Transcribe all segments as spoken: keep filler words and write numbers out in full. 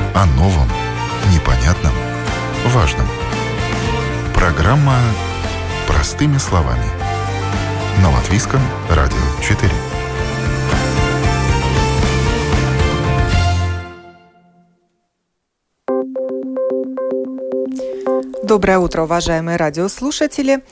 О новом, непонятном, важном. Программа «Простыми словами». На Латвийском радио четыре. Доброе утро, уважаемые радиослушатели.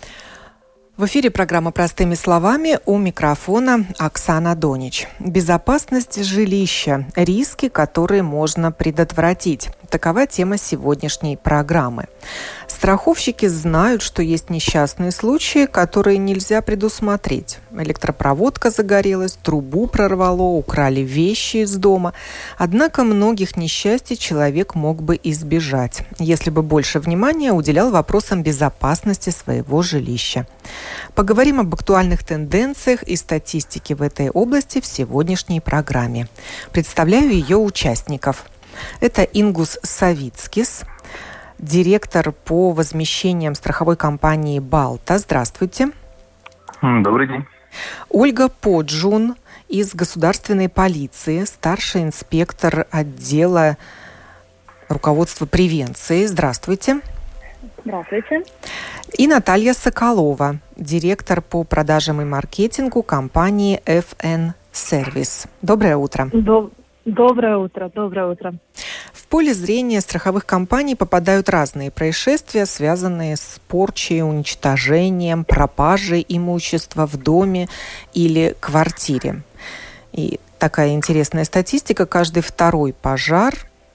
В эфире программа «Простыми словами», у микрофона Оксана Донич. Безопасность жилища. Риски, которые можно предотвратить. Такова тема сегодняшней программы. Страховщики знают, что есть несчастные случаи, которые нельзя предусмотреть. Электропроводка загорелась, трубу прорвало, украли вещи из дома. Однако многих несчастий человек мог бы избежать, если бы больше внимания уделял вопросам безопасности своего жилища. Поговорим об актуальных тенденциях и статистике в этой области в сегодняшней программе. Представляю ее участников. Это Ингус Савицкис, директор по возмещениям страховой компании «Балта». Здравствуйте. Добрый день. Ольга Поджун из государственной полиции, старший инспектор отдела руководства превенции. Здравствуйте. Здравствуйте. И Наталья Соколова, директор по продажам и маркетингу компании эф эн Service. Доброе утро. До... Доброе утро, доброе утро. В поле зрения страховых компаний попадают разные происшествия, связанные с порчей, уничтожением, пропажей имущества в доме или квартире. И такая интересная статистика: каждый второй пожар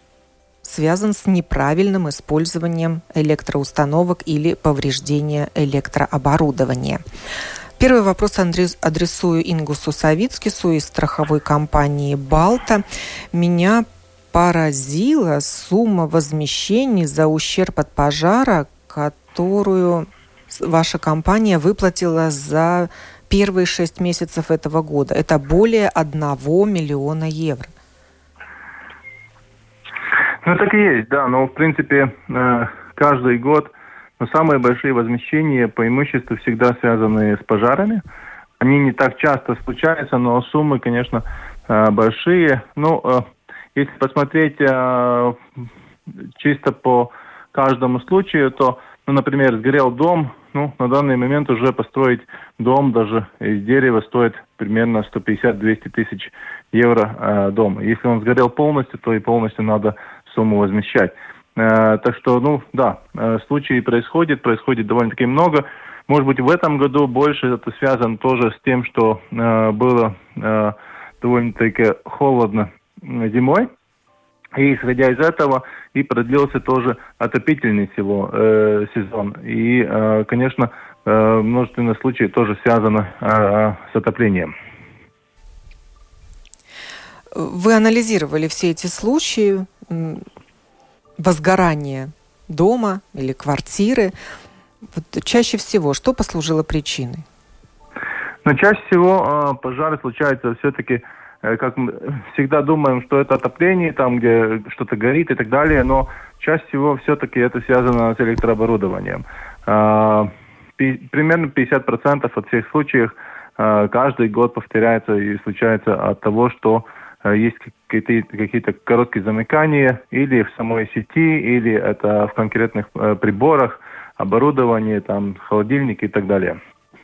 связан с неправильным использованием электроустановок или повреждения электрооборудования. Первый вопрос адресую Ингусу Савицкису из страховой компании «Балта». Меня поразила сумма возмещений за ущерб от пожара, которую ваша компания выплатила за первые шесть месяцев этого года. Это более одного миллиона евро. Ну, так и есть, да. Но, в принципе, каждый год но самые большие возмещения по имуществу всегда связаны с пожарами. Они не так часто случаются, но суммы, конечно, большие. Ну, если посмотреть чисто по каждому случаю, то, ну, например, сгорел дом, ну, на данный момент уже построить дом даже из дерева стоит примерно сто пятьдесят - двести тысяч евро дом. Если он сгорел полностью, то и полностью надо сумму возмещать. Э, так что, ну, да, э, случаи происходят, происходит довольно-таки много. Может быть, в этом году больше это связано тоже с тем, что э, было э, довольно-таки холодно зимой. И, исходя из этого, и продлился тоже отопительный село, э, сезон. И, э, конечно, э, множественные случаи тоже связаны э, с отоплением. Вы анализировали все эти случаи возгорания дома или квартиры. Вот чаще всего что послужило причиной? Но чаще всего э, пожары случаются все-таки, э, как мы всегда думаем, что это отопление, там, где что-то горит и так далее, но чаще всего все-таки это связано с электрооборудованием. Э, пи- примерно пятьдесят процентов от всех случаев э, каждый год повторяется и случается от того, что есть какие-то, какие-то короткие замыкания или в самой сети, или это в конкретных э, приборах, оборудовании, там, холодильнике и так далее.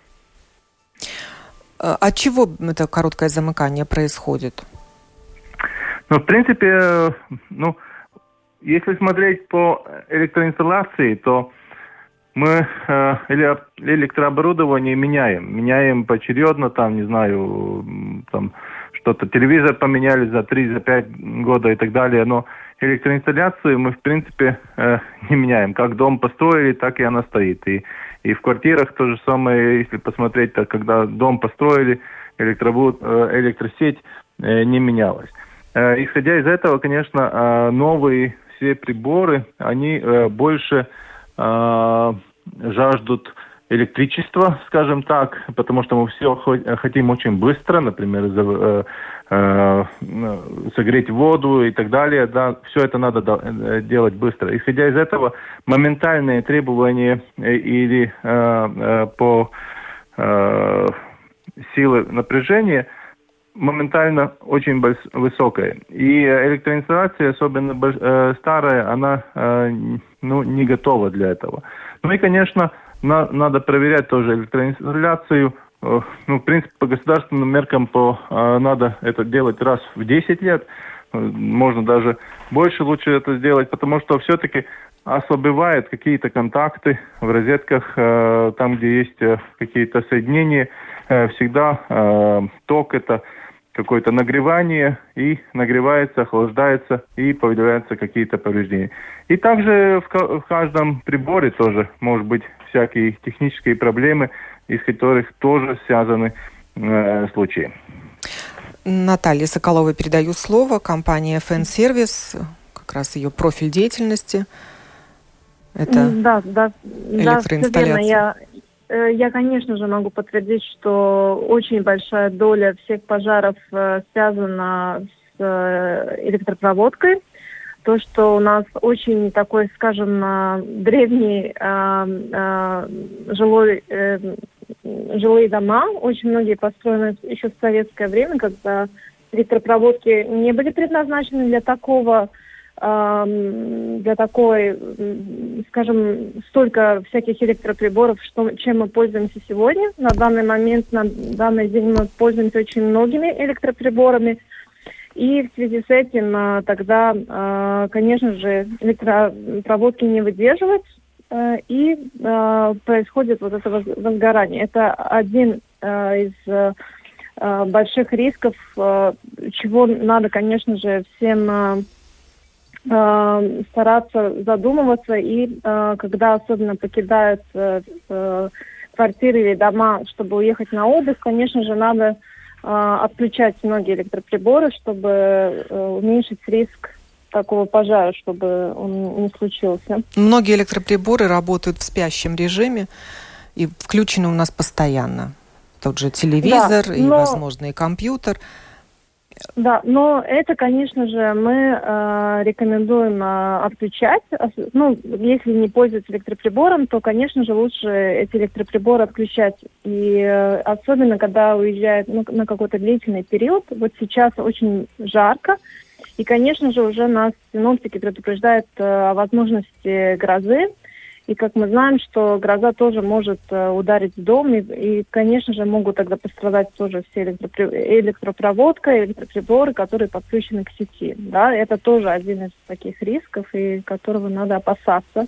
От чего это короткое замыкание происходит? Ну, в принципе, ну, если смотреть по электроинсталляции, то мы э, электрооборудование меняем. Меняем поочередно, там, не знаю, там, что-то, телевизор поменяли за три, за пять года и так далее, но электроинсталляцию мы, в принципе, э, не меняем. Как дом построили, так и она стоит. И, и в квартирах то же самое, если посмотреть, так, когда дом построили, электровод, э, электросеть э, не менялась. Э, исходя из этого, конечно, э, новые все приборы, они э, больше э, жаждут электричество, скажем так, потому что мы все хотим очень быстро, например, э, э, согреть воду и так далее, да, все это надо делать быстро. Исходя из этого, моментальные требования или э, э, по э, силе напряжения моментально очень больш- высокая. И электроинсталляция, особенно больш- э, старая, она э, ну, не готова для этого. Ну и, конечно, на- надо проверять тоже электроинсталляцию. Э, ну, в принципе, по государственным меркам по, э, надо это делать раз в десять лет. Э, можно даже больше лучше это сделать, потому что все-таки ослабевают какие-то контакты в розетках, э, там, где есть э, какие-то соединения. Э, всегда э, ток это какое-то нагревание, и нагревается, охлаждается, и появляются какие-то повреждения. И также в, в каждом приборе тоже может быть всякие технические проблемы, из которых тоже связаны э, случаи. Наталье Соколовой передаю слово. Компания эф эн Service, как раз ее профиль деятельности. Это да, да, электроинсталляция. Да, я, я, конечно же, могу подтвердить, что очень большая доля всех пожаров связана с электропроводкой. То, что у нас очень такой, скажем, древний э, э, жилой, э, жилые дома, очень многие построены еще в советское время, когда электропроводки не были предназначены для такого для такой, скажем, столько всяких электроприборов, что, чем мы пользуемся сегодня. На данный момент, на данный день мы пользуемся очень многими электроприборами. И в связи с этим тогда, конечно же, электропроводки не выдерживают, и происходит вот это возгорание. Это один из больших рисков, чего надо, конечно же, всем стараться задумываться, и э, когда особенно покидают э, э, квартиры или дома, чтобы уехать на отдых, конечно же, надо э, отключать многие электроприборы, чтобы э, уменьшить риск такого пожара, чтобы он не случился. Многие электроприборы работают в спящем режиме и включены у нас постоянно. Тот же телевизор, да, но... и, возможно, и компьютер. Да, но это, конечно же, мы э, рекомендуем э, отключать. Ну, если не пользоваться электроприбором, то, конечно же, лучше эти электроприборы отключать. И э, особенно, когда уезжает ну, на какой-то длительный период. Вот сейчас очень жарко. И, конечно же, уже нас синоптики предупреждают э, о возможности грозы. И, как мы знаем, что гроза тоже может э, ударить в дом, и, и, конечно же, могут тогда пострадать тоже все электропри... электропроводка, электроприборы, которые подключены к сети. Да? Это тоже один из таких рисков, и которого надо опасаться.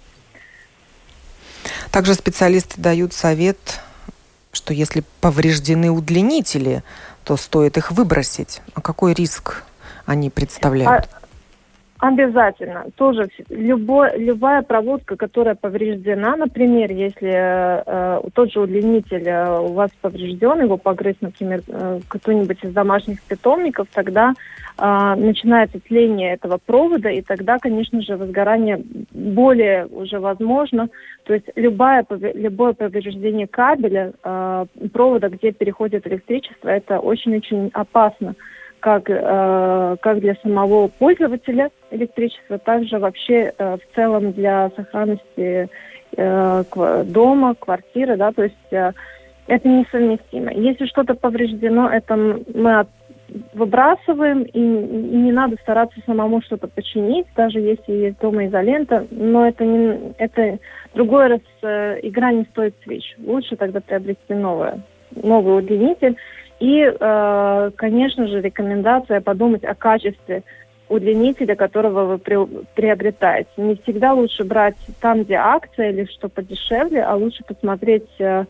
Также специалисты дают совет, что если повреждены удлинители, то стоит их выбросить. А какой риск они представляют? А... Обязательно. Тоже любой, любая проводка, которая повреждена, например, если э, тот же удлинитель э, у вас поврежден, его погрыз, например, э, кто-нибудь из домашних питомников, тогда э, начинается тление этого провода, и тогда, конечно же, возгорание более уже возможно. То есть любое, любое повреждение кабеля, э, провода, где переходит электричество, это очень-очень опасно. Как, э, как для самого пользователя электричества, так же вообще э, в целом для сохранности э, дома, квартиры, да, то есть э, это несовместимо. Если что-то повреждено, это мы от, выбрасываем, и, и не надо стараться самому что-то починить, даже если есть дома изолента, но это, не, это другой раз э, игра не стоит свеч. Лучше тогда приобрести новое, новый удлинитель. И, э, конечно же, рекомендация подумать о качестве удлинителя, которого вы при, приобретаете. Не всегда лучше брать там, где акция или что подешевле, а лучше посмотреть, э,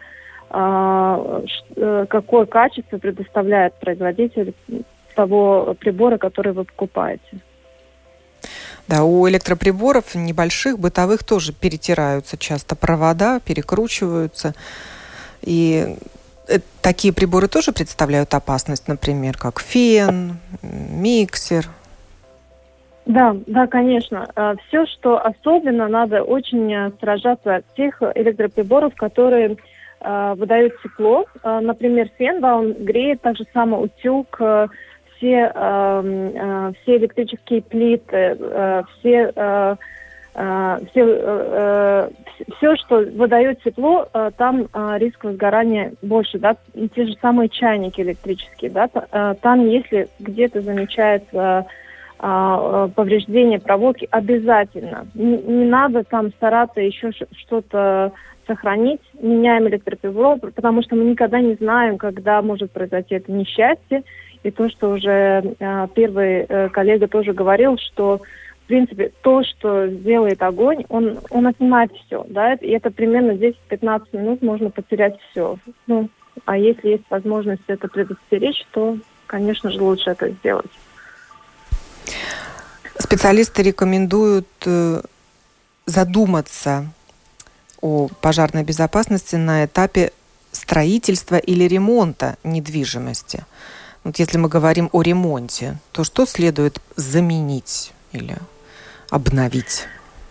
э, какое качество предоставляет производитель того прибора, который вы покупаете. Да, у электроприборов небольших, бытовых тоже перетираются часто провода, перекручиваются. И такие приборы тоже представляют опасность, например, как фен, миксер? Да, да, конечно. Все, что особенно, надо очень сражаться от тех электроприборов, которые э, выдают тепло. Например, фен, да, он греет, так же само утюг, все, э, э, все электрические плиты, э, все э, Все, все, что выдает тепло, там риск возгорания больше, да, те же самые чайники электрические, да, там, если где-то замечается повреждение проводки, обязательно, не, не надо там стараться еще что-то сохранить, меняем электроприбор, потому что мы никогда не знаем, когда может произойти это несчастье, и то, что уже первый коллега тоже говорил, что в принципе, то, что сделает огонь, он, он отнимает все, да, и это примерно десять-пятнадцать минут можно потерять все. Ну, а если есть возможность это предостеречь, то, конечно же, лучше это сделать. Специалисты рекомендуют задуматься о пожарной безопасности на этапе строительства или ремонта недвижимости. Вот если мы говорим о ремонте, то что следует заменить или обновить?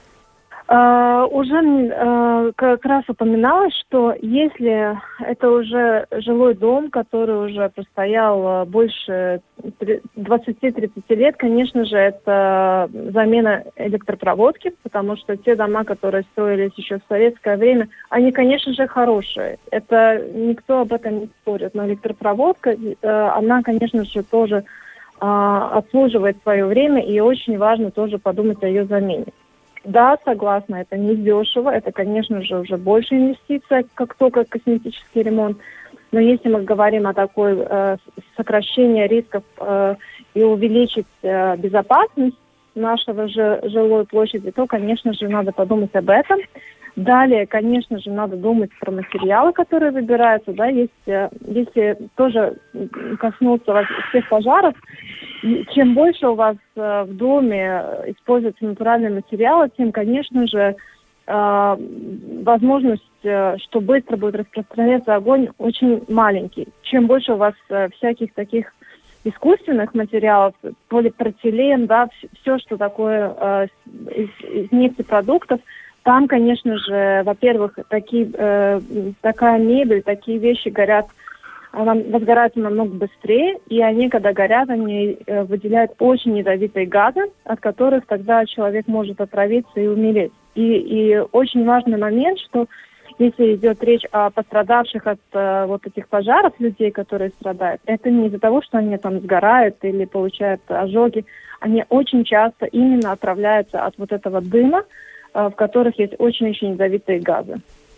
Uh, уже uh, как раз упоминалось, что если это уже жилой дом, который уже простоял больше двадцать-тридцать лет, конечно же, это замена электропроводки, потому что те дома, которые строились еще в советское время, они, конечно же, хорошие. Это никто об этом не спорит. Но электропроводка, uh, она, конечно же, тоже uh, обслуживает свое время, и очень важно тоже подумать о ее замене. Да, согласна, это не дешево, это, конечно же, уже больше инвестиций, как только косметический ремонт. Но если мы говорим о такой э, сокращении рисков э, и увеличить э, безопасность нашего же, жилой площади, то, конечно же, надо подумать об этом. Далее, конечно же, надо думать про материалы, которые выбираются. Да, если, если тоже коснуться всех пожаров, чем больше у вас э, в доме используются натуральные материалы, тем, конечно же, э, возможность, э, что быстро будет распространяться огонь, очень маленький. Чем больше у вас э, всяких таких искусственных материалов, полипропилен, да, все, что такое э, из, из нефтепродуктов, там, конечно же, во-первых, такие, э, такая мебель, такие вещи горят, возгораются намного быстрее, и они, когда горят, они э, выделяют очень ядовитые газы, от которых тогда человек может отравиться и умереть. И, и очень важный момент, что если идет речь о пострадавших от э, вот этих пожаров, людей, которые страдают, это не из-за того, что они там сгорают или получают ожоги, они очень часто именно отравляются от вот этого дыма, в которых есть очень-очень ядовитые газы.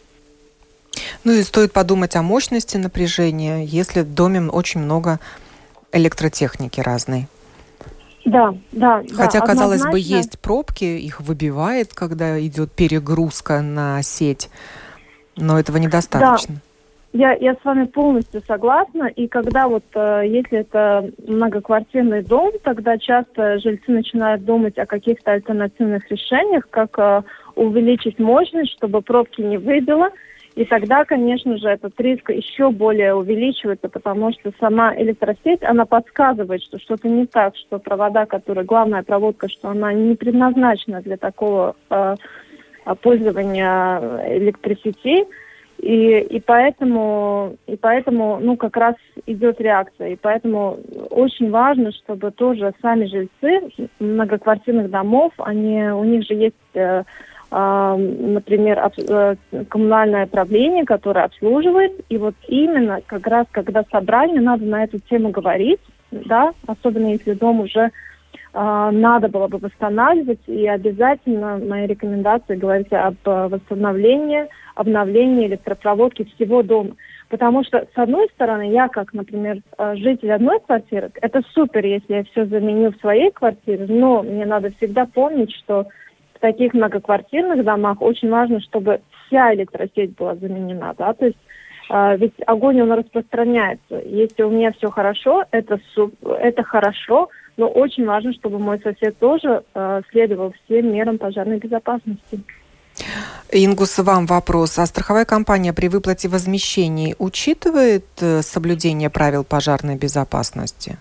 Ну и стоит подумать о мощности напряжения, если в доме очень много электротехники разной. Да, да. Хотя, да, казалось однозначно. бы, есть пробки, их выбивает, когда идет перегрузка на сеть, но этого недостаточно. Да. Я, я с вами полностью согласна, и когда вот, э, если это многоквартирный дом, тогда часто жильцы начинают думать о каких-то альтернативных решениях, как э, увеличить мощность, чтобы пробки не выбило, и тогда, конечно же, этот риск еще более увеличивается, потому что сама электросеть, она подсказывает, что что-то не так, что провода, которые, главная проводка, что она не предназначена для такого э, пользования электросетей. И, и поэтому, и поэтому, ну, как раз идет реакция. И поэтому очень важно, чтобы тоже сами жильцы многоквартирных домов, они, у них же есть, э, э, например, об, э, коммунальное правление, которое обслуживает. И вот именно как раз, когда собрание, надо на эту тему говорить, да, особенно если дом уже э, надо было бы восстанавливать. И обязательно мои рекомендации говорить об восстановлении, обновление электропроводки всего дома. Потому что, с одной стороны, я, как, например, житель одной квартиры, это супер, если я все заменю в своей квартире, но мне надо всегда помнить, что в таких многоквартирных домах очень важно, чтобы вся электросеть была заменена, да, то есть э, ведь огонь, он распространяется. Если у меня все хорошо, это, суп, это хорошо, но очень важно, чтобы мой сосед тоже э, следовал всем мерам пожарной безопасности. Ингус, вам вопрос. А страховая компания при выплате возмещений учитывает соблюдение правил пожарной безопасности?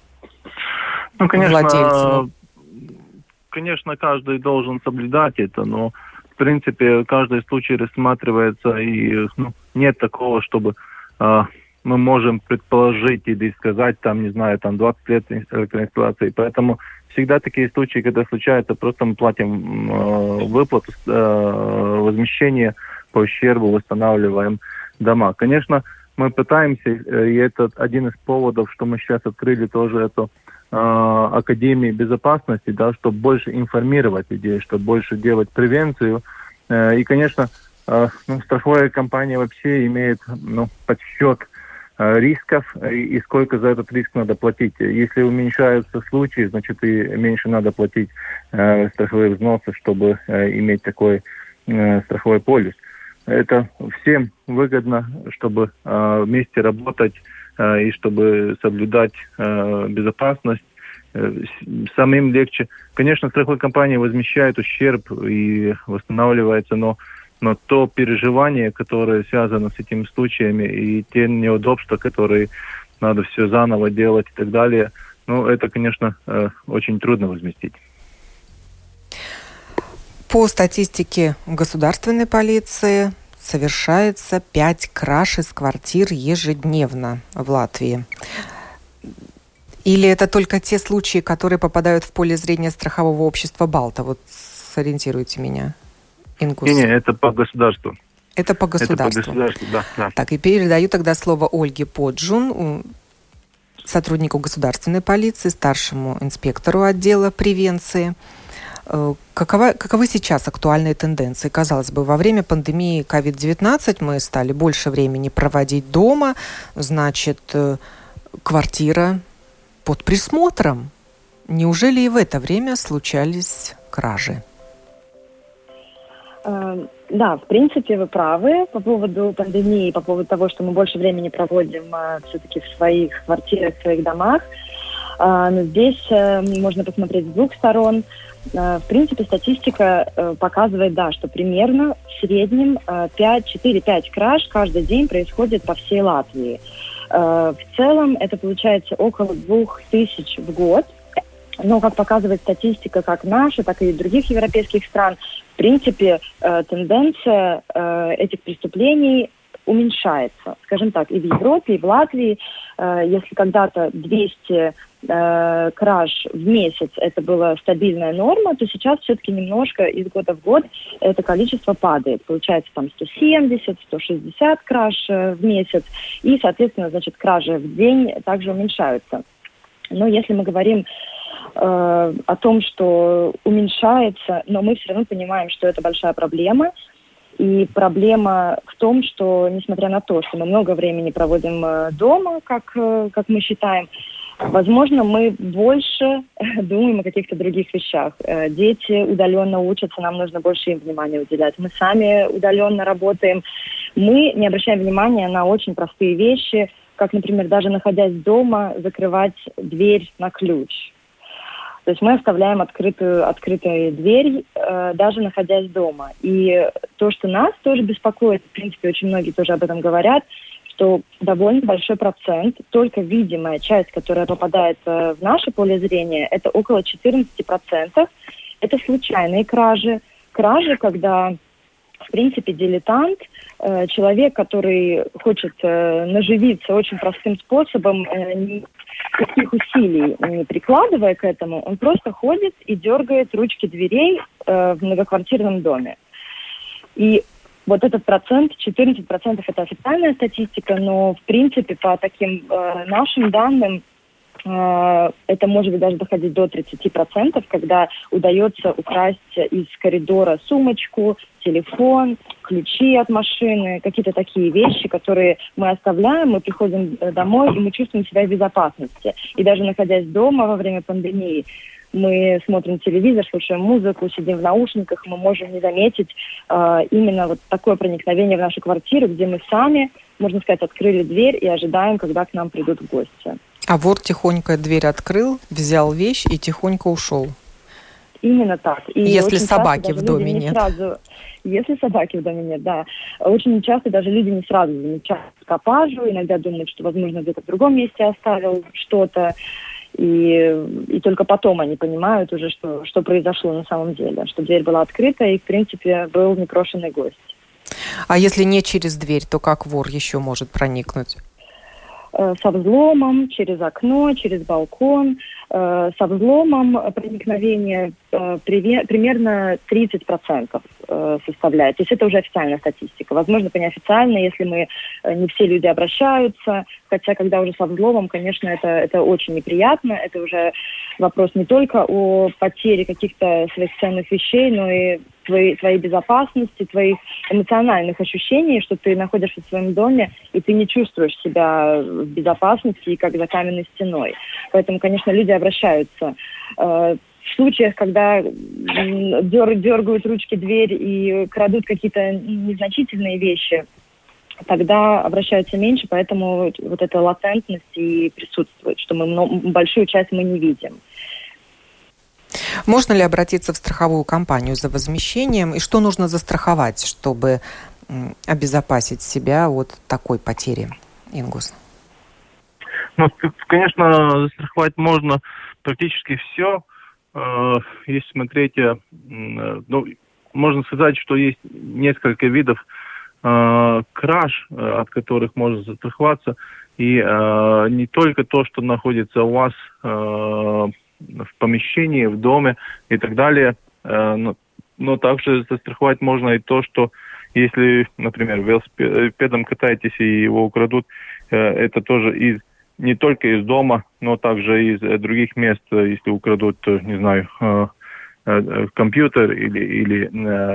Ну, конечно, владельцу? Конечно, каждый должен соблюдать это, но, в принципе, каждый случай рассматривается, и ну, нет такого, чтобы э, мы можем предположить или сказать, там, не знаю, там двадцать лет электроинсталляции. Поэтому всегда такие случаи, когда случаются, просто мы платим э, выплату, э, возмещение по ущербу, восстанавливаем дома. Конечно, мы пытаемся, и это один из поводов, что мы сейчас открыли тоже эту э, Академию безопасности, да, чтобы больше информировать людей, чтобы больше делать превенцию. Э, и, конечно, э, ну, страховая компания вообще имеет ну, подсчет э, рисков и, и сколько за этот риск надо платить. Если уменьшаются случаи, значит и меньше надо платить э, страховые взносы, чтобы э, иметь такой э, страховой полис. Это всем выгодно, чтобы э, вместе работать э, и чтобы соблюдать э, безопасность. Э, самим легче. Конечно, страховая компания возмещает ущерб и восстанавливается, но, но то переживание, которое связано с этими случаями, и те неудобства, которые надо все заново делать и так далее, ну, это, конечно, э, очень трудно возместить. По статистике государственной полиции совершается пять краж из квартир ежедневно в Латвии. Или это только те случаи, которые попадают в поле зрения страхового общества «Балта»? Вот сориентируйте меня, Ингус. Не, не, это по государству. Это по государству. Это по государству, да, да. Так, и передаю тогда слово Ольге Поджун, сотруднику государственной полиции, старшему инспектору отдела превенции. Какова, каковы сейчас актуальные тенденции? Казалось бы, во время пандемии ковид девятнадцать мы стали больше времени проводить дома, значит, квартира под присмотром. Неужели и в это время случались кражи? Да, в принципе, вы правы по поводу пандемии, по поводу того, что мы больше времени проводим все-таки в своих квартирах, в своих домах. Но здесь можно посмотреть с двух сторон. В принципе, статистика показывает, да, что примерно в среднем четыре-пять краж каждый день происходит по всей Латвии. В целом это получается около двух тысяч в год. Но, как показывает статистика как наша, так и других европейских стран, в принципе, тенденция этих преступлений уменьшается. Скажем так, и в Европе, и в Латвии, если когда-то двести э, краж в месяц это была стабильная норма, то сейчас все-таки немножко из года в год это количество падает. Получается там сто семьдесят - сто шестьдесят краж в месяц, и, соответственно, значит, кражи в день также уменьшаются. Но если мы говорим э, о том, что уменьшается, но мы все равно понимаем, что это большая проблема. И проблема в том, что, несмотря на то, что мы много времени проводим дома, как, как мы считаем, возможно, мы больше думаем о каких-то других вещах. Дети удаленно учатся, нам нужно больше им внимания уделять. Мы сами удаленно работаем. Мы не обращаем внимания на очень простые вещи, как, например, даже находясь дома, закрывать дверь на ключ. То есть мы оставляем открытую, открытую дверь, э, даже находясь дома. И то, что нас тоже беспокоит, в принципе, очень многие тоже об этом говорят, что довольно большой процент, только видимая часть, которая попадает э, в наше поле зрения, это около четырнадцать процентов. Это случайные кражи. Кражи, когда, в принципе, дилетант, э, человек, который хочет э, наживиться очень простым способом, э, никаких усилий не прикладывая к этому, он просто ходит и дергает ручки дверей э, в многоквартирном доме. И вот этот процент, четырнадцать процентов это официальная статистика, но в принципе по таким э, нашим данным э, это может быть даже доходить до тридцать процентов, когда удается украсть из коридора сумочку, телефон, ключи от машины, какие-то такие вещи, которые мы оставляем, мы приходим домой, и мы чувствуем себя в безопасности. И даже находясь дома во время пандемии, мы смотрим телевизор, слушаем музыку, сидим в наушниках, мы можем не заметить э, именно вот такое проникновение в нашу квартиру, где мы сами, можно сказать, открыли дверь и ожидаем, когда к нам придут в гости. А вор тихонько дверь открыл, взял вещь и тихонько ушел. Именно так. И если собаки в доме не нет. Сразу, если собаки в доме нет, да. Очень часто даже люди не сразу замечают пропажу, иногда думают, что, возможно, где-то в другом месте оставил что-то, и, и только потом они понимают уже, что, что произошло на самом деле, что дверь была открыта, и, в принципе, был непрошенный гость. А если не через дверь, то как вор еще может проникнуть? со взломом, через окно, через балкон. Со взломом проникновение примерно тридцать процентов составляет. То есть это уже официальная статистика. Возможно, по неофициальной, если мы не все люди обращаются. Хотя, когда уже со взломом, конечно, это, это очень неприятно. Это уже вопрос не только о потере каких-то своих ценных вещей, но и твоей, твоей безопасности, твоих эмоциональных ощущений, что ты находишься в своем доме, и ты не чувствуешь себя в безопасности, и как за каменной стеной. Поэтому, конечно, люди обращаются. В случаях, когда дер, дергают ручки дверь и крадут какие-то незначительные вещи, тогда обращаются меньше, поэтому вот эта латентность и присутствует, что мы много, большую часть мы не видим. Можно ли обратиться в страховую компанию за возмещением? И что нужно застраховать, чтобы обезопасить себя от такой потери, Ингус? Ну, конечно, застраховать можно практически все. Если смотреть, ну, можно сказать, что есть несколько видов краж, от которых можно застраховаться. И не только то, что находится у вас в помещении, в доме и так далее, но, но также застраховать можно и то, что если, например, велосипедом катаетесь и его украдут, это тоже из не только из дома, но также из других мест, если украдут, не знаю, компьютер или... или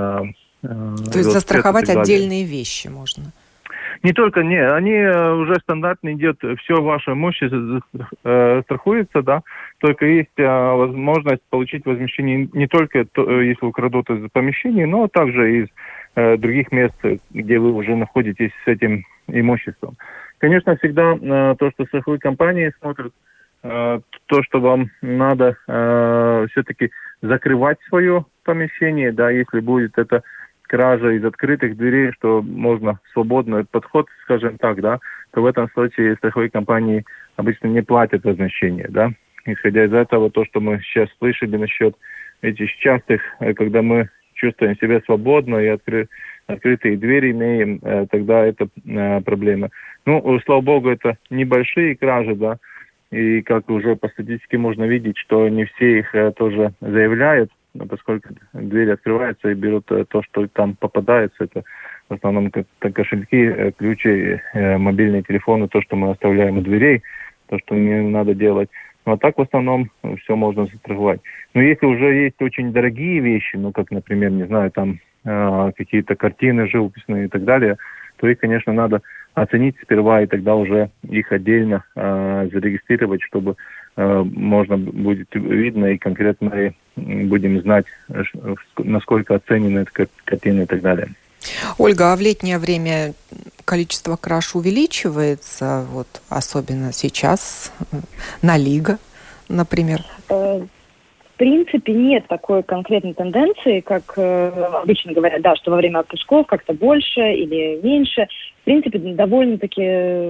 То есть застраховать отдельные вещи можно? Не только, не, они уже стандартно идет, все ваше имущество страхуется, да, только есть возможность получить возмещение не только если украдут из помещений, но также из других мест, где вы уже находитесь с этим имуществом. Конечно, всегда э, то, что страховые компании смотрят, э, то, что вам надо э, все-таки закрывать свое помещение, да, если будет это кража из открытых дверей, что можно свободный подход, скажем так, да, то в этом случае страховые компании обычно не платят возмещение, да. Исходя из этого, то, что мы сейчас слышали насчет этих частых, когда мы чувствуем себя свободно и откры... открытые двери имеем, э, тогда это э, проблема. Ну, слава богу, это небольшие кражи, да, и как уже по статистике можно видеть, что не все их э, тоже заявляют, поскольку двери открываются и берут э, то, что там попадается. Это в основном как кошельки, э, ключи, э, мобильные телефоны, то, что мы оставляем у дверей, то, что не надо делать. Ну, а так в основном все можно застраховать. Но если уже есть очень дорогие вещи, ну, как, например, не знаю, там э, какие-то картины живописные и так далее, то их, конечно, надо оценить сперва, и тогда уже их отдельно э, зарегистрировать, чтобы э, можно будет видно и конкретно будем знать, насколько оценена эта картина и так далее. Ольга, а в летнее время количество краж увеличивается, вот особенно сейчас, на Лига, например? В принципе, нет такой конкретной тенденции, как э, обычно говорят, да, что во время отпусков как-то больше или меньше. В принципе, довольно-таки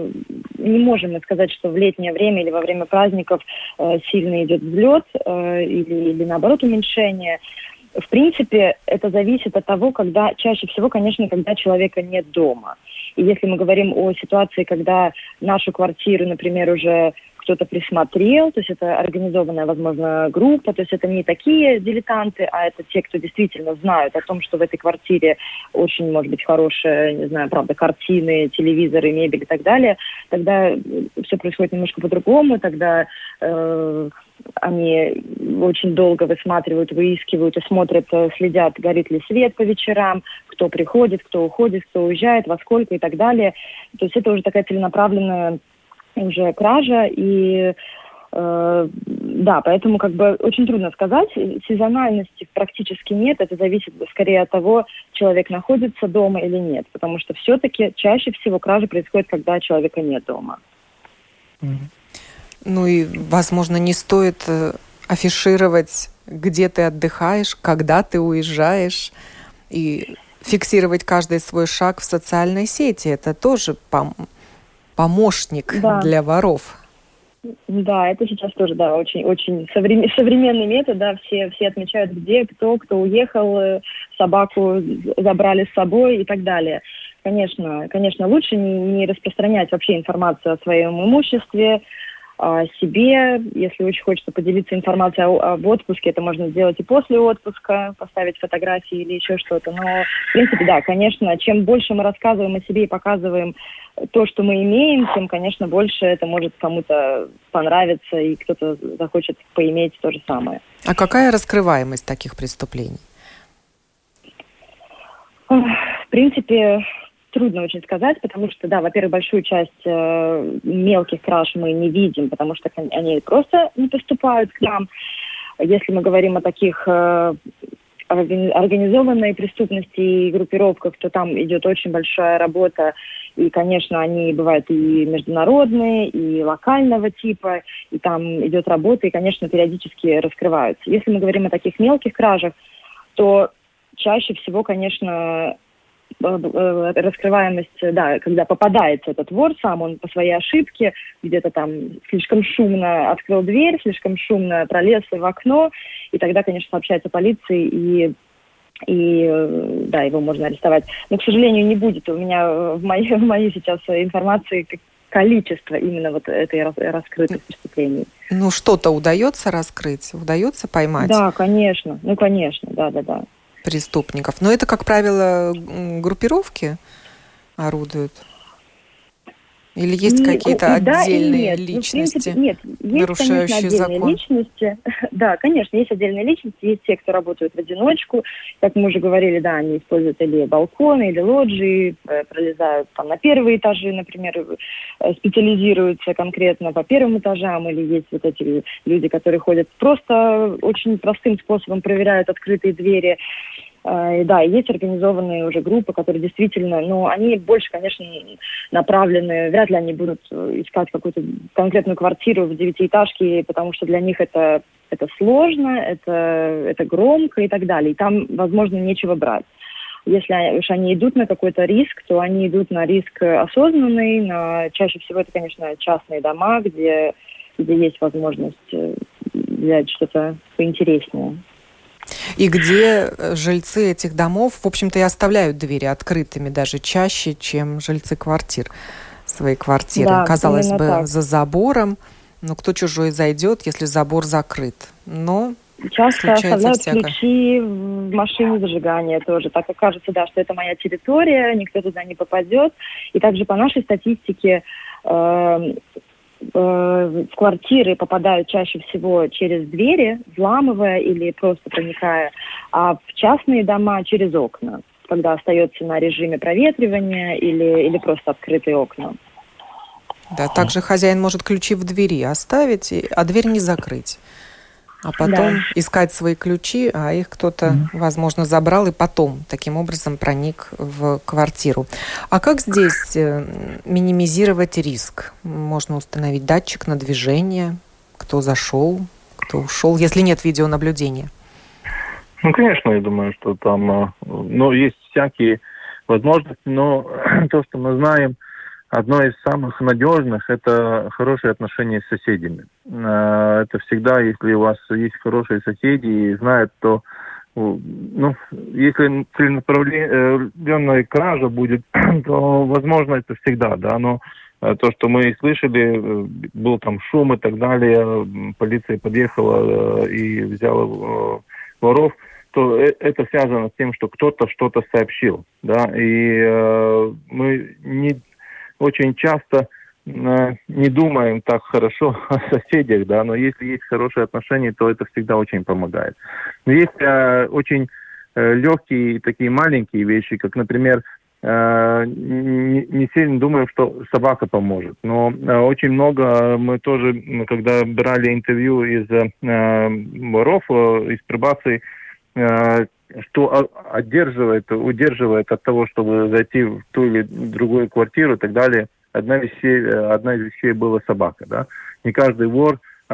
не можем мы сказать, что в летнее время или во время праздников э, сильно идет взлет э, или, или наоборот уменьшение. В принципе, это зависит от того, когда, чаще всего, конечно, когда человека нет дома. И если мы говорим о ситуации, когда нашу квартиру, например, уже кто-то присмотрел, то есть это организованная, возможно, группа, то есть это не такие дилетанты, а это те, кто действительно знают о том, что в этой квартире очень, может быть, хорошие, не знаю, правда, картины, телевизоры, мебель и так далее, тогда все происходит немножко по-другому, тогда э, они очень долго высматривают, выискивают и смотрят, следят, горит ли свет по вечерам, кто приходит, кто уходит, кто уезжает, во сколько и так далее. То есть это уже такая целенаправленная уже кража, и э, да, поэтому как бы очень трудно сказать. Сезональности практически нет, это зависит скорее от того, человек находится дома или нет, потому что все-таки чаще всего кражи происходят, когда человека нет дома. Ну и, возможно, не стоит афишировать, где ты отдыхаешь, когда ты уезжаешь, и фиксировать каждый свой шаг в социальной сети. Это тоже пом- помощник да. для воров. Да, это сейчас тоже, да, очень, очень современ, современный метод, да, все, все отмечают, где, кто, кто уехал, собаку забрали с собой и так далее. Конечно, конечно, лучше не, не распространять вообще информацию о своем имуществе, о себе. Если очень хочется поделиться информацией о, об отпуске, это можно сделать и после отпуска, поставить фотографии или еще что-то. Но, в принципе, да, конечно, чем больше мы рассказываем о себе и показываем то, что мы имеем, тем, конечно, больше это может кому-то понравиться, и кто-то захочет поиметь то же самое. А какая раскрываемость таких преступлений? В принципе, трудно очень сказать, потому что, да, во-первых, большую часть э, мелких краж мы не видим, потому что они просто не поступают к нам. Если мы говорим о таких э, организованной преступности и группировках, то там идет очень большая работа, и, конечно, они бывают и международные, и локального типа, и там идет работа, и, конечно, периодически раскрываются. Если мы говорим о таких мелких кражах, то чаще всего, конечно, раскрываемость, да, когда попадается этот вор сам, он по своей ошибке где-то там слишком шумно открыл дверь, слишком шумно пролез в окно, и тогда, конечно, сообщается полиции, и, и да, его можно арестовать. Но, к сожалению, не будет у меня в моей, в моей сейчас информации количество именно вот этой раскрытых преступлений. Ну, что-то удается раскрыть? Удается поймать? Да, конечно. Ну, конечно, да-да-да. Преступников. Но это, как правило, группировки орудуют? Или есть не, какие-то да отдельные нет. личности, ну, в принципе, нет. Есть, нарушающие конечно, отдельные закон? Личности. Да, конечно, есть отдельные личности. Есть те, кто работают в одиночку. Как мы уже говорили, да, они используют или балконы, или лоджии, пролезают там на первые этажи, например, специализируются конкретно по первым этажам. Или есть вот эти люди, которые ходят просто очень простым способом, проверяют открытые двери. Uh, да, есть организованные уже группы, которые действительно, ну, они больше, конечно, направлены, вряд ли они будут искать какую-то конкретную квартиру в девятиэтажке, потому что для них это, это сложно, это, это громко и так далее. И там, возможно, нечего брать. Если уж они идут на какой-то риск, то они идут на риск осознанный, на, чаще всего это, конечно, частные дома, где, где есть возможность взять что-то поинтереснее. И где жильцы этих домов, в общем-то, и оставляют двери открытыми даже чаще, чем жильцы квартир, своей квартиры. Да, казалось бы, так. За забором, но кто чужой зайдет, если забор закрыт? Но часто оставляют всякое. Ключи в машине зажигания тоже. Так как кажется, да, что это моя территория, никто туда не попадет. И также по нашей статистике э, в квартиры попадают чаще всего через двери, взламывая или просто проникая, а в частные дома через окна, когда остается на режиме проветривания или, или просто открытые окна. Да, также хозяин может ключи в двери оставить, а дверь не закрыть. А потом да. искать свои ключи, а их кто-то, mm-hmm. возможно, забрал и потом таким образом проник в квартиру. А как здесь минимизировать риск? Можно установить датчик на движение, кто зашел, кто ушел, если нет видеонаблюдения? Ну, конечно, я думаю, что там ну, есть всякие возможности, но то, что мы знаем, одно из самых надежных – это хорошие отношения с соседями. Это всегда, если у вас есть хорошие соседи и знают, то, ну, если целенаправленная кража будет, то, возможно, это всегда, да, но то, что мы слышали, был там шум и так далее, полиция подъехала и взяла воров, то это связано с тем, что кто-то что-то сообщил, да, и мы не очень часто э, не думаем так хорошо о соседях, да, но если есть хорошие отношения, то это всегда очень помогает. Но есть э, очень э, легкие такие маленькие вещи, как, например, э, не, не сильно думаем, что собака поможет. Но э, очень много мы тоже, когда брали интервью из э, воров, э, из пробации, э, что одерживает, удерживает от того, чтобы зайти в ту или другую квартиру и так далее. Одна, вещей, одна из вещей была собака. Да? Не каждый вор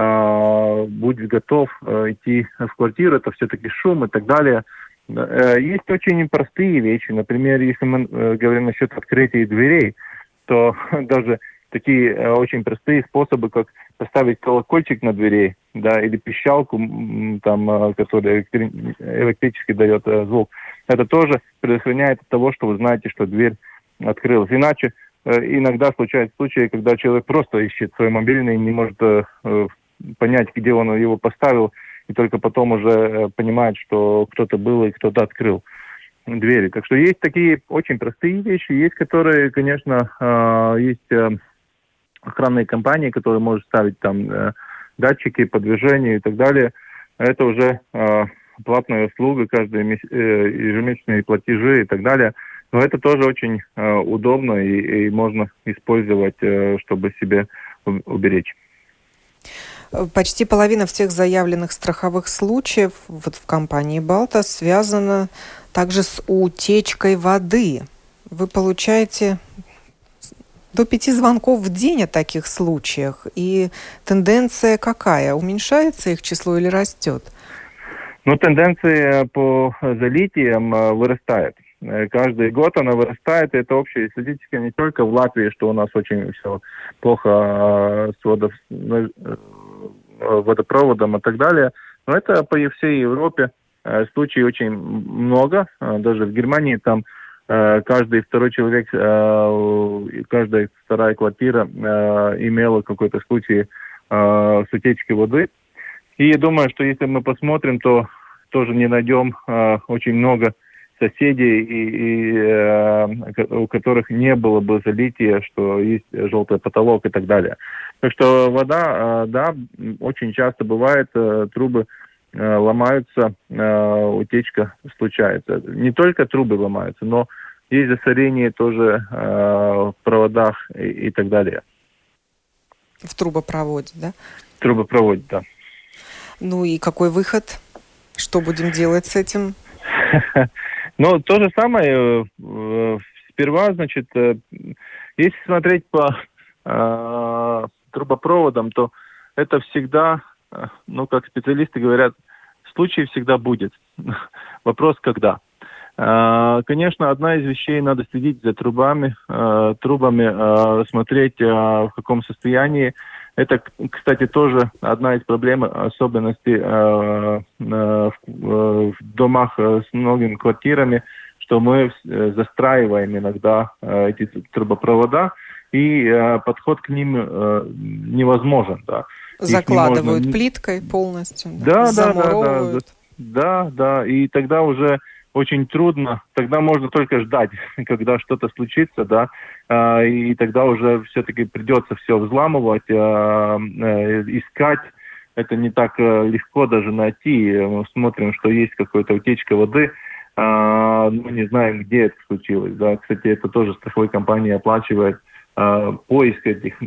э, будет готов э, идти в квартиру, это все-таки шум и так далее. Э, есть очень простые вещи. Например, если мы э, говорим насчет открытия дверей, то даже такие э, очень простые способы, как поставить колокольчик на двери, да, или пищалку, там, которая электрически дает звук. Это тоже предохраняет от того, что вы знаете, что дверь открылась. Иначе иногда случаются случаи, когда человек просто ищет свой мобильный и не может понять, где он его поставил, и только потом уже понимает, что кто-то был и кто-то открыл двери. Так что есть такие очень простые вещи, есть которые, конечно, есть охранные компании, которые могут ставить там датчики по движению и так далее. Это уже платная услуга, каждые ежемесячные платежи и так далее. Но это тоже очень удобно и, и можно использовать, чтобы себе уберечь. Почти половина всех заявленных страховых случаев вот в компании «Балта» связана также с утечкой воды. Вы получаете до пяти звонков в день о таких случаях. И тенденция какая? Уменьшается их число или растет? Ну, тенденция по залитиям вырастает. Каждый год она вырастает, и это общая статистика не только в Латвии, что у нас очень все плохо с водов, водопроводом и так далее, но это по всей Европе случаев очень много. Даже в Германии там каждый второй человек, каждая вторая квартира имела какой-то случай с утечкой воды. И я думаю, что если мы посмотрим, то тоже не найдем очень много соседей, и, и, э, у которых не было бы залития, что есть желтый потолок и так далее. Так что вода, э, да, очень часто бывает, э, трубы э, ломаются, э, утечка случается. Не только трубы ломаются, но есть засорение тоже э, в проводах и, и так далее. В трубопроводе, да? В трубопроводе, да. Ну и какой выход? Что будем делать с этим? Ну, то же самое. Сперва, значит, если смотреть по э, трубопроводам, то это всегда, ну, как специалисты говорят, случай всегда будет. Вопрос, когда. Э, конечно, одна из вещей, надо следить за трубами, э, трубами, э, смотреть, э, в каком состоянии. Это, кстати, тоже одна из проблем, особенностей э, э, в, в домах с многими квартирами, что мы застраиваем иногда э, эти трубопровода, и э, подход к ним э, невозможен. Да. Закладывают не можно... плиткой полностью, да, да, да, да, да, да, и тогда уже очень трудно, тогда можно только ждать, когда что-то случится, да, и тогда уже все-таки придется все взламывать, искать. Это не так легко даже найти. Мы смотрим, что есть какая-то утечка воды, но не знаем, где это случилось. Да. Кстати, это тоже страховая компания оплачивает поиск этих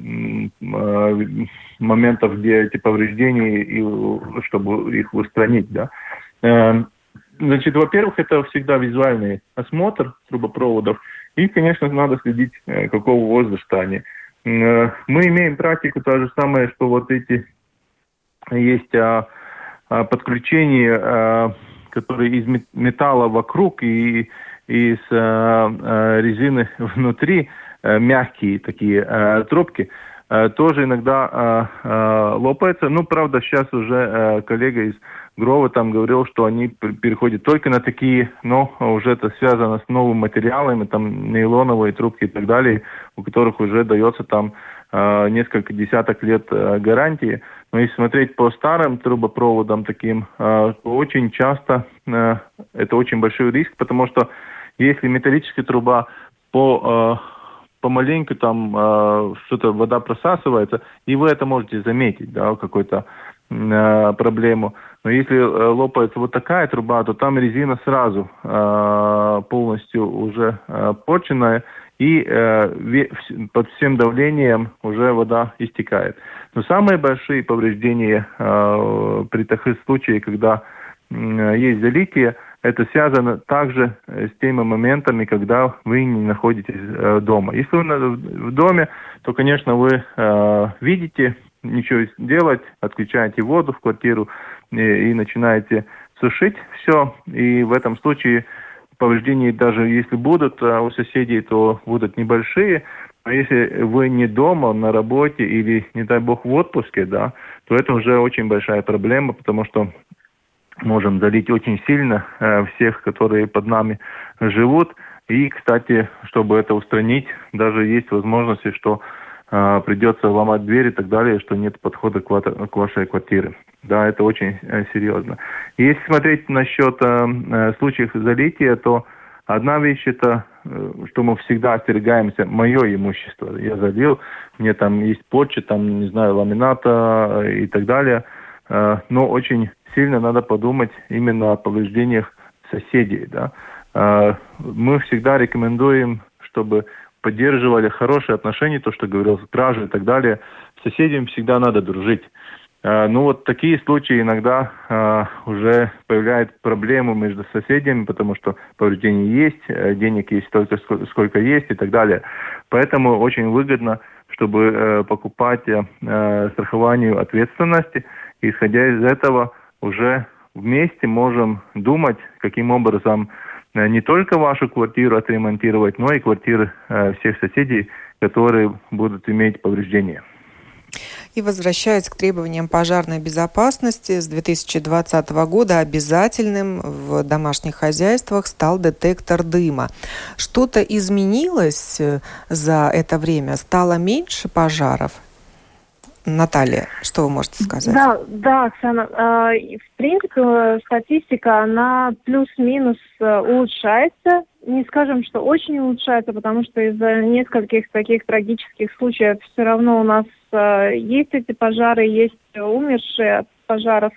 моментов, где эти повреждения, и чтобы их устранить, да. Значит, во-первых, это всегда визуальный осмотр трубопроводов. И, конечно, надо следить, какого возраста они. Мы имеем практику то же самое, что вот эти есть а, а, подключения, а, которые из металла вокруг и из а, а, резины внутри, а, мягкие такие а, трубки, а, тоже иногда а, а, лопаются. Ну, правда, сейчас уже а, коллега из Грова там говорил, что они переходят только на такие, но уже это связано с новыми материалами, там нейлоновые трубки и так далее, у которых уже дается там э, несколько десяток лет э, гарантии. Но если смотреть по старым трубопроводам таким, э, то очень часто э, это очень большой риск, потому что если металлическая труба по э, помаленьку там э, что-то вода просасывается, и вы это можете заметить, да, какой-то э, проблему. Но если э, лопается вот такая труба, то там резина сразу э, полностью уже э, порченная, и э, ве, под всем давлением уже вода истекает. Но самые большие повреждения э, при таких случаях, когда э, есть залитие, это связано также с теми моментами, когда вы не находитесь э, дома. Если вы в доме, то, конечно, вы э, видите, ничего делать, отключаете воду в квартиру и, и начинаете сушить все. И в этом случае повреждения, даже если будут а у соседей, то будут небольшие. если вы не дома, на работе или, не дай бог, в отпуске, да, то это уже очень большая проблема, потому что можем залить очень сильно э, всех, которые под нами живут. И, кстати, чтобы это устранить, даже есть возможности, что э, придется ломать дверь и так далее, что нет подхода к, ва- к вашей квартире. Да, это очень э, серьезно. И если смотреть насчет э, случаев залития, то одна вещь это, э, что мы всегда остерегаемся, мое имущество. Я залил, мне там есть почта, там, не знаю, ламината э, и так далее. Э, но очень сильно надо подумать именно о повреждениях соседей, да. Э, мы всегда рекомендуем, чтобы поддерживали хорошие отношения, то, что говорил, кражи и так далее. С соседями всегда надо дружить. Э, ну вот такие случаи иногда э, уже появляются проблемы между соседями, потому что повреждения есть, э, денег есть столько, сколько, сколько есть и так далее. Поэтому очень выгодно, чтобы э, покупать э, страхование ответственности. И, исходя из этого, уже вместе можем думать, каким образом э, не только вашу квартиру отремонтировать, но и квартиры э, всех соседей, которые будут иметь повреждения. И возвращаясь к требованиям пожарной безопасности, с две тысячи двадцатого года обязательным в домашних хозяйствах стал детектор дыма. Что-то изменилось за это время? Стало меньше пожаров? Наталья, что вы можете сказать? Да, да, Оксана. В принципе, статистика, она плюс-минус улучшается. Не скажем, что очень улучшается, потому что из-за нескольких таких трагических случаев все равно у нас есть эти пожары, есть умершие от пожаров.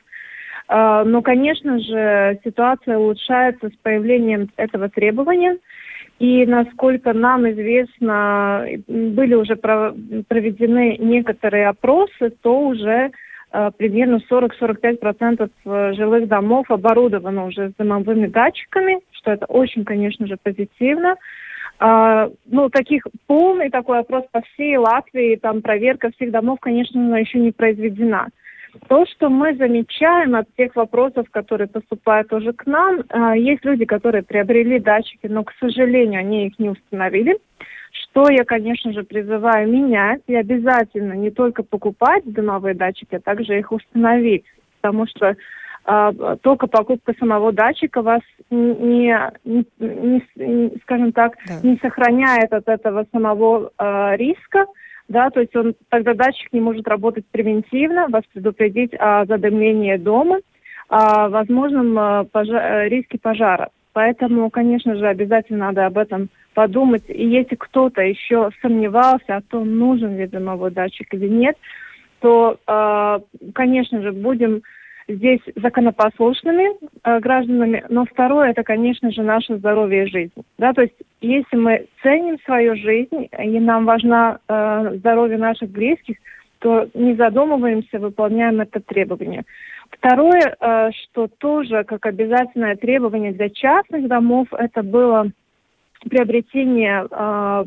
Но, конечно же, ситуация улучшается с появлением этого требования. И, насколько нам известно, были уже проведены некоторые опросы, то уже э, примерно сорок-сорок пять процентов жилых домов оборудовано уже с дымовыми датчиками, что это очень, конечно же, позитивно. А, ну, таких полный такой опрос по всей Латвии, там проверка всех домов, конечно, еще не произведена. То, что мы замечаем от тех вопросов, которые поступают уже к нам, э, есть люди, которые приобрели датчики, но, к сожалению, они их не установили. Что я, конечно же, призываю менять и обязательно не только покупать дымовые датчики, а также их установить. Потому что э, только покупка самого датчика вас не, не, не, не скажем так, да. не сохраняет от этого самого э, риска. Да, то есть он, тогда датчик не может работать превентивно, вас предупредить о задымлении дома, о возможном пожа- риске пожара. Поэтому, конечно же, обязательно надо об этом подумать. И если кто-то еще сомневался о том, нужен ли дымовой датчик или нет, то, конечно же, будем здесь законопослушными э, гражданами, но второе, это, конечно же, наше здоровье и жизнь. Да, то есть, если мы ценим свою жизнь, и нам важно э, здоровье наших близких, то не задумываемся, выполняем это требование. Второе, э, что тоже как обязательное требование для частных домов, это было приобретение э,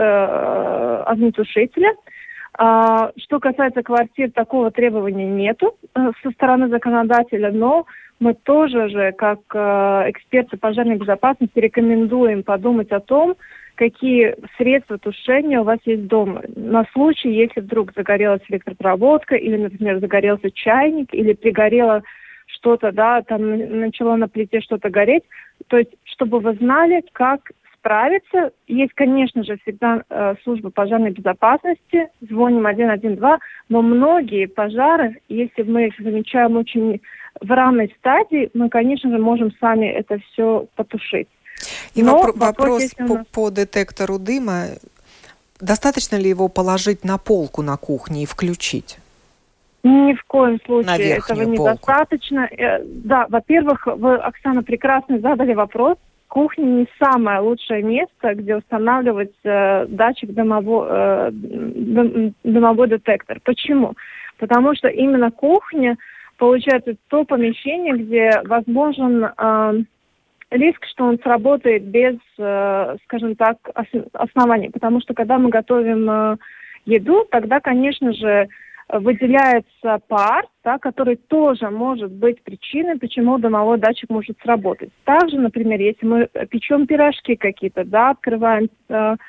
э, огнетушителя. А, что касается квартир, такого требования нету э, со стороны законодателя, но мы тоже же, как э, эксперты пожарной безопасности, рекомендуем подумать о том, какие средства тушения у вас есть дома. На случай, если вдруг загорелась электропроводка, или, например, загорелся чайник, или пригорело что-то, да, там начало на плите что-то гореть. То есть, чтобы вы знали, как справиться. Есть, конечно же, всегда э, служба пожарной безопасности, звоним один один два, но многие пожары, если мы их замечаем очень в ранней стадии, мы, конечно же, можем сами это все потушить. И но вопро- вопрос по, нас... по детектору дыма. Достаточно ли его положить на полку на кухне и включить? Ни в коем случае на этого полку. Недостаточно. Э, да, во-первых, вы, Оксана, прекрасно задали вопрос. Кухня не самое лучшее место, где устанавливать э, датчик дымово, э, дым, дымовой детектор. Почему? Потому что именно кухня, получается, то помещение, где возможен э, риск, что он сработает без, э, скажем так, ос- оснований. Потому что когда мы готовим э, еду, тогда, конечно же, выделяется пар, да, который тоже может быть причиной, почему дымовой датчик может сработать. Также, например, если мы печем пирожки какие-то, да, открываем э,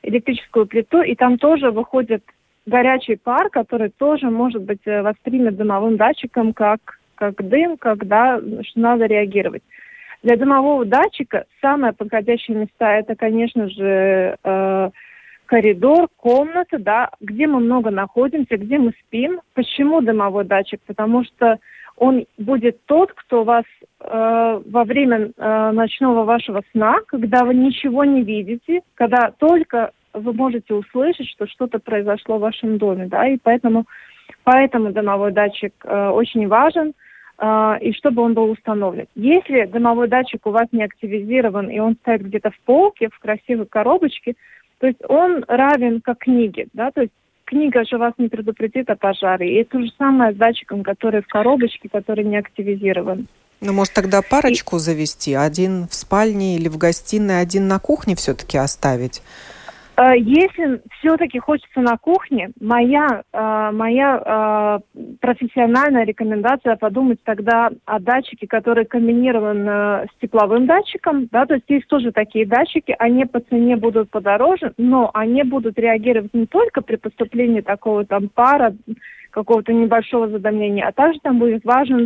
электрическую плиту, и там тоже выходит горячий пар, который тоже может быть воспринят дымовым датчиком как, как дым, когда что надо реагировать. Для дымового датчика самые подходящие места это, конечно же, э, коридор, комната, да, где мы много находимся, где мы спим. Почему дымовой датчик? Потому что он будет тот, кто вас э, во время э, ночного вашего сна, когда вы ничего не видите, когда только вы можете услышать, что что-то произошло в вашем доме, да, и поэтому, поэтому дымовой датчик э, очень важен, э, и чтобы он был установлен. Если дымовой датчик у вас не активизирован, и он стоит где-то в полке, в красивой коробочке, то есть он равен как книге, да, то есть книга же вас не предупредит о пожаре, и то же самое с датчиком, который в коробочке, который не активизирован. Ну, может, тогда парочку и... завести, один в спальне или в гостиной, один на кухне все-таки оставить? Если все-таки хочется на кухне, моя, моя профессиональная рекомендация подумать тогда о датчике, который комбинирован с тепловым датчиком. Да, то есть есть тоже такие датчики, они по цене будут подороже, но они будут реагировать не только при поступлении такого там пара, какого-то небольшого задымления, а также там будет важен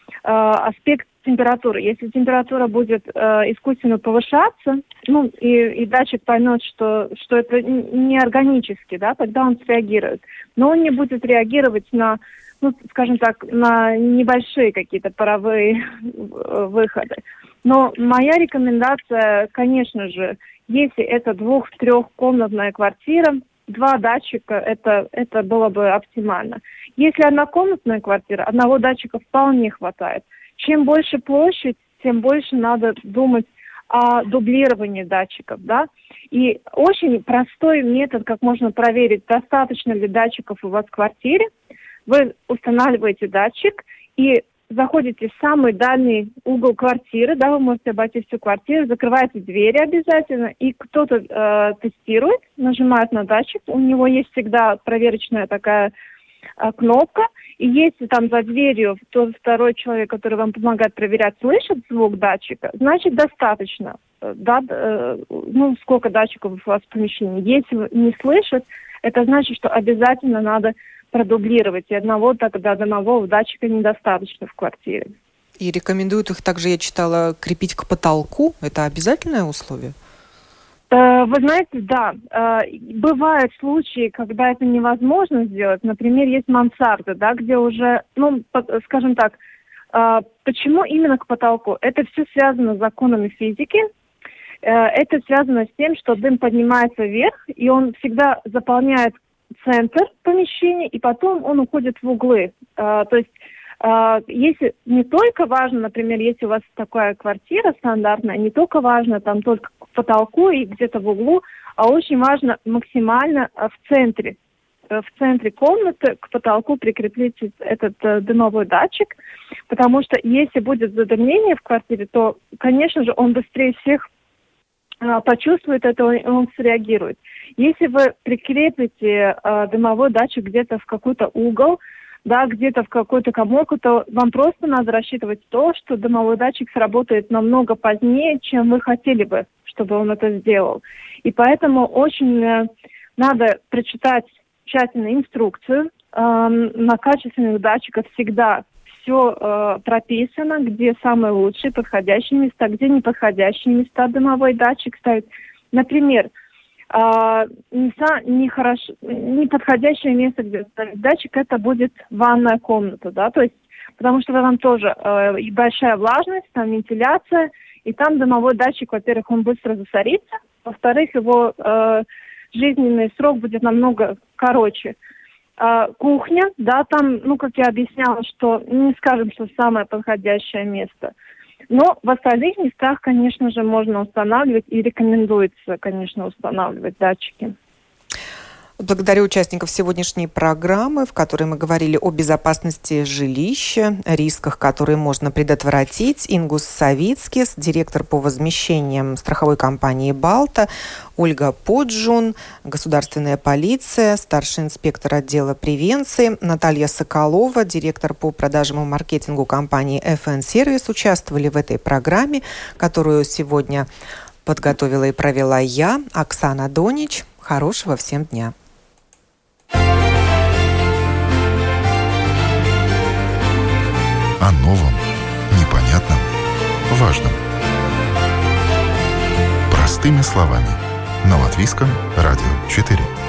аспект температуры. Если температура будет э, искусственно повышаться, ну, и, и датчик поймет, что, что это не органически, да, тогда он среагирует. Но он не будет реагировать на, ну, скажем так, на небольшие какие-то паровые выходы. Но моя рекомендация, конечно же, если это двух-трехкомнатная квартира, два датчика, это, это было бы оптимально. Если однокомнатная квартира, одного датчика вполне хватает. Чем больше площадь, тем больше надо думать о дублировании датчиков, да. И очень простой метод, как можно проверить, достаточно ли датчиков у вас в квартире. Вы устанавливаете датчик и заходите в самый дальний угол квартиры, да, вы можете обойти всю квартиру, закрываете двери обязательно, и кто-то э, тестирует, нажимает на датчик, у него есть всегда проверочная такая э, кнопка, и если там за дверью тот второй человек, который вам помогает проверять, слышит звук датчика, значит достаточно, да, э, ну, сколько датчиков у вас в помещении. Если не слышит, это значит, что обязательно надо продублировать, и одного тогда дымового датчика недостаточно в квартире. И рекомендуют их также, я читала, крепить к потолку. Это обязательное условие? Вы знаете, да. Бывают случаи, когда это невозможно сделать. Например, есть мансарда, да, где уже, ну, скажем так, почему именно к потолку? Это все связано с законами физики. Это связано с тем, что дым поднимается вверх, и он всегда заполняет центр помещения, и потом он уходит в углы. То есть если не только важно, например, если у вас такая квартира стандартная, не только важно там только к потолку и где-то в углу, а очень важно максимально в центре. В центре комнаты к потолку прикрепить этот э, дымовой датчик, потому что если будет задымление в квартире, то, конечно же, он быстрее всех э, почувствует это, он, он среагирует. Если вы прикрепите э, дымовой датчик где-то в какой-то угол, да, где-то в какую-то каморку, то вам просто надо рассчитывать то, что дымовой датчик сработает намного позднее, чем вы хотели бы, чтобы он это сделал. И поэтому очень э, надо прочитать тщательно инструкцию. Э, на качественных датчиках всегда все э, прописано, где самые лучшие, подходящие места, где неподходящие места дымовой датчик ставить. Например, Uh, не, не хорошо, неподходящее место, где ставить датчик, это будет ванная комната, да, то есть, потому что там тоже uh, и большая влажность, там вентиляция, и там дымовой датчик, во-первых, он быстро засорится, во-вторых, его uh, жизненный срок будет намного короче. Uh, кухня, да, там, ну, как я объясняла, что не скажем, что самое подходящее место. Но в остальных местах, конечно же, можно устанавливать и рекомендуется, конечно, устанавливать датчики. Благодарю участников сегодняшней программы, в которой мы говорили о безопасности жилища, рисках, которые можно предотвратить. Ингус Савицкис, директор по возмещениям страховой компании «Балта», Ольга Поджун, государственная полиция, старший инспектор отдела превенции, Наталья Соколова, директор по продажам и маркетингу компании эф эн Service, участвовали в этой программе, которую сегодня подготовила и провела я, Оксана Донич. Хорошего всем дня. О новом, непонятном, важном. Простыми словами. На Латвийском радио четыре.